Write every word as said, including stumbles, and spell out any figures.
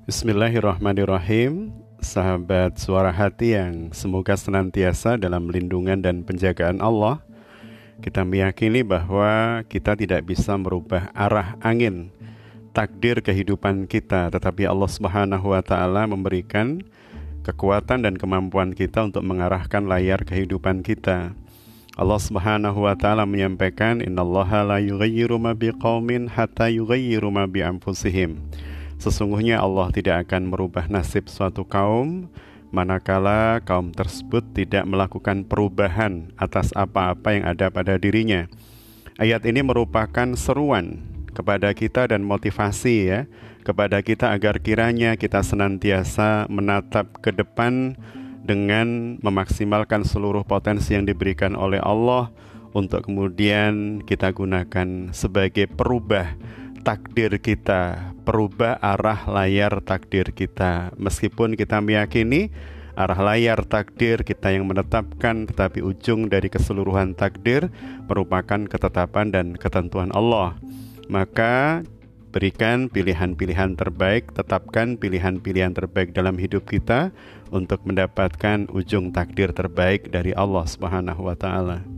Bismillahirrahmanirrahim. Sahabat Suara Hati yang semoga senantiasa dalam lindungan dan penjagaan Allah. Kita meyakini bahwa kita tidak bisa merubah arah angin takdir kehidupan kita, tetapi Allah Subhanahu wa Ta'ala memberikan kekuatan dan kemampuan kita untuk mengarahkan layar kehidupan kita. Allah Subhanahu wa Ta'ala menyampaikan, innallaha la yughayyiru ma biqaumin hatta yughayyiru ma bi anfusihim. Sesungguhnya Allah tidak akan merubah nasib suatu kaum manakala kaum tersebut tidak melakukan perubahan atas apa-apa yang ada pada dirinya. Ayat ini merupakan seruan kepada kita dan motivasi ya, kepada kita agar kiranya kita senantiasa menatap ke depan dengan memaksimalkan seluruh potensi yang diberikan oleh Allah untuk kemudian kita gunakan sebagai perubah takdir kita, perubah arah layar takdir kita. Meskipun kita meyakini arah layar takdir kita yang menetapkan, tetapi ujung dari keseluruhan takdir merupakan ketetapan dan ketentuan Allah. Maka berikan pilihan-pilihan terbaik, tetapkan pilihan-pilihan terbaik dalam hidup kita untuk mendapatkan ujung takdir terbaik dari Allah Subhanahu wa Ta'ala.